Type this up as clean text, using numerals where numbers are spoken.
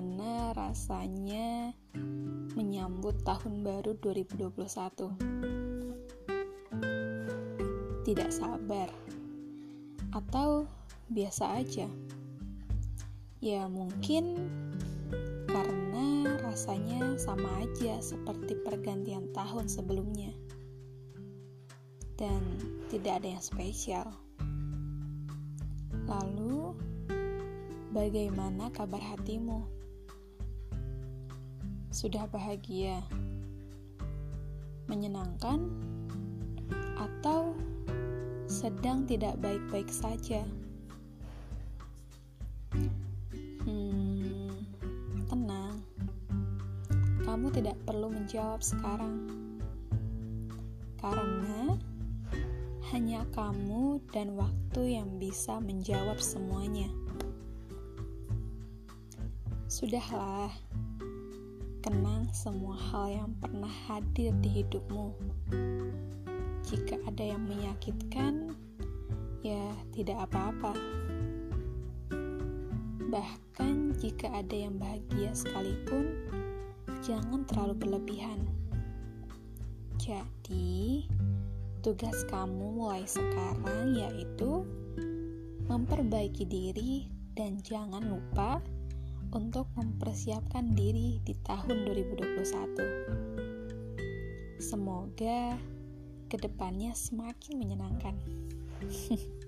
Bagaimana rasanya menyambut tahun baru 2021? Tidak sabar? Atau biasa aja? Ya mungkin karena rasanya sama aja seperti pergantian tahun sebelumnya. Dan tidak ada yang spesial. Lalu, bagaimana kabar hatimu? Sudah bahagia? Menyenangkan? Atau sedang tidak baik-baik saja? Tenang, kamu tidak perlu menjawab sekarang. Karena hanya kamu dan waktu yang bisa menjawab semuanya. Sudahlah, kenang semua hal yang pernah hadir di hidupmu. Jika ada yang menyakitkan, ya tidak apa-apa. Bahkan jika ada yang bahagia sekalipun, jangan terlalu berlebihan. Jadi, tugas kamu mulai sekarang yaitu memperbaiki diri dan jangan lupa untuk mempersiapkan diri di tahun 2021. Semoga kedepannya semakin menyenangkan.